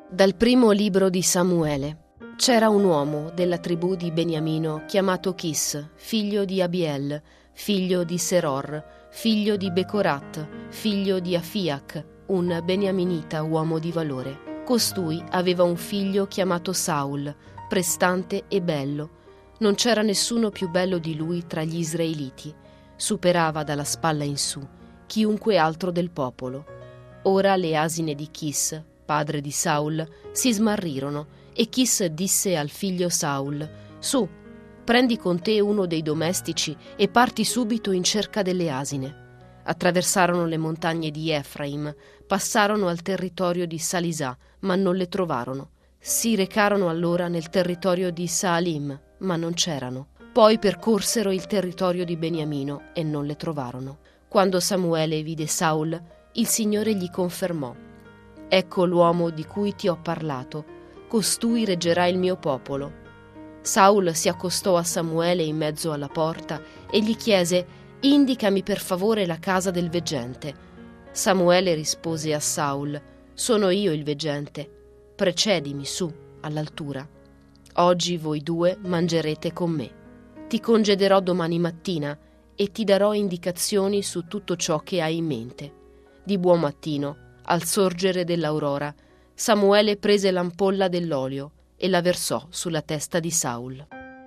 Dal primo libro di Samuele. C'era un uomo della tribù di Beniamino chiamato Chis, figlio di Abiel, figlio di Seror, figlio di Becorat, figlio di Afiac, un beniaminita uomo di valore. Costui aveva un figlio chiamato Saul, prestante e bello. Non c'era nessuno più bello di lui tra gli israeliti. Superava dalla spalla in su chiunque altro del popolo. Ora le asine di Chis, padre di Saul, si smarrirono e Chis disse al figlio Saul: «Su, prendi con te uno dei domestici e parti subito in cerca delle asine». Attraversarono le montagne di Efraim, passarono al territorio di Salisà, ma non le trovarono. Si recarono allora nel territorio di Saalim, ma non c'erano. Poi percorsero il territorio di Beniamino e non le trovarono. Quando Samuele vide Saul, il Signore gli confermò: «Ecco l'uomo di cui ti ho parlato, costui reggerà il mio popolo». Saul si accostò a Samuele in mezzo alla porta e gli chiese: «Indicami per favore la casa del veggente». Samuele rispose a Saul: «Sono io il veggente, precedimi su, all'altura. Oggi voi due mangerete con me. Ti congederò domani mattina e ti darò indicazioni su tutto ciò che hai in mente». Di buon mattino, al sorgere dell'aurora, Samuele prese l'ampolla dell'olio e la versò sulla testa di Saul.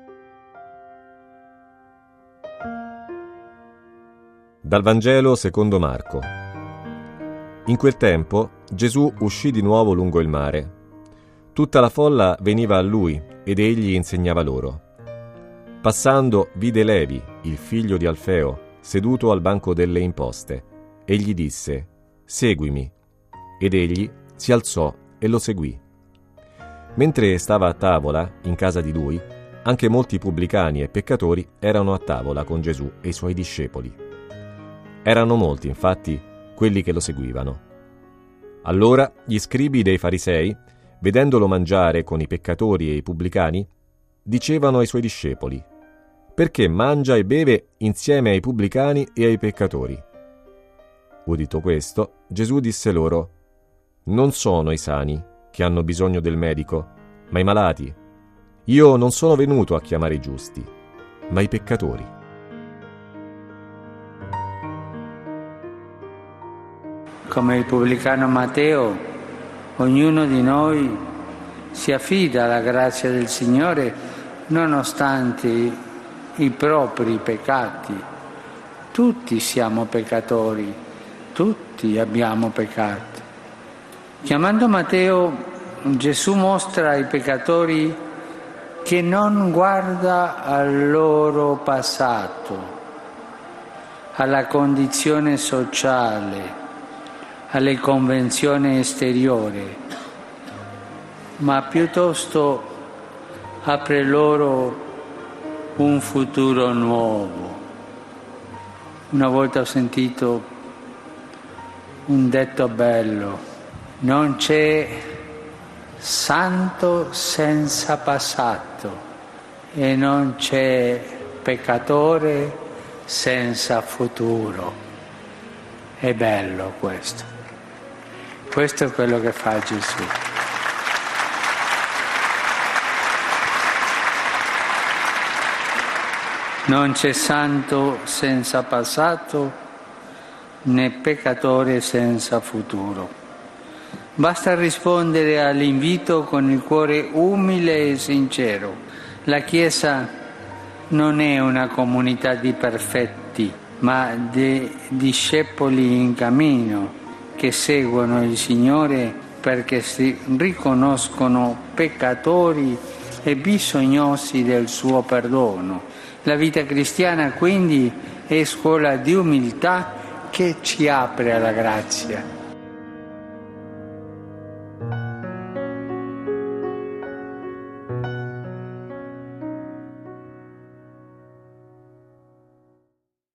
Dal Vangelo secondo Marco. In quel tempo Gesù uscì di nuovo lungo il mare. Tutta la folla veniva a lui ed egli insegnava loro. Passando vide Levi, il figlio di Alfeo, seduto al banco delle imposte, e gli disse: «Seguimi». Ed egli si alzò e lo seguì. Mentre stava a tavola, in casa di lui, anche molti pubblicani e peccatori erano a tavola con Gesù e i suoi discepoli. Erano molti, infatti, quelli che lo seguivano. Allora gli scribi dei farisei, vedendolo mangiare con i peccatori e i pubblicani, dicevano ai suoi discepoli: «Perché mangia e beve insieme ai pubblicani e ai peccatori?» Udito questo, Gesù disse loro: «Non sono i sani che hanno bisogno del medico, ma i malati. Io non sono venuto a chiamare i giusti, ma i peccatori». Come il pubblicano Matteo, ognuno di noi si affida alla grazia del Signore nonostante i propri peccati. Tutti siamo peccatori, tutti abbiamo peccato. Chiamando Matteo, Gesù mostra ai peccatori che non guarda al loro passato, alla condizione sociale, alle convenzioni esteriori, ma piuttosto apre loro un futuro nuovo. Una volta ho sentito un detto bello: non c'è santo senza passato e non c'è peccatore senza futuro. È bello questo. Questo è quello che fa Gesù. Non c'è santo senza passato, né peccatore senza futuro. Basta rispondere all'invito con il cuore umile e sincero. La Chiesa non è una comunità di perfetti, ma di discepoli in cammino che seguono il Signore perché si riconoscono peccatori e bisognosi del suo perdono. La vita cristiana quindi è scuola di umiltà che ci apre alla grazia.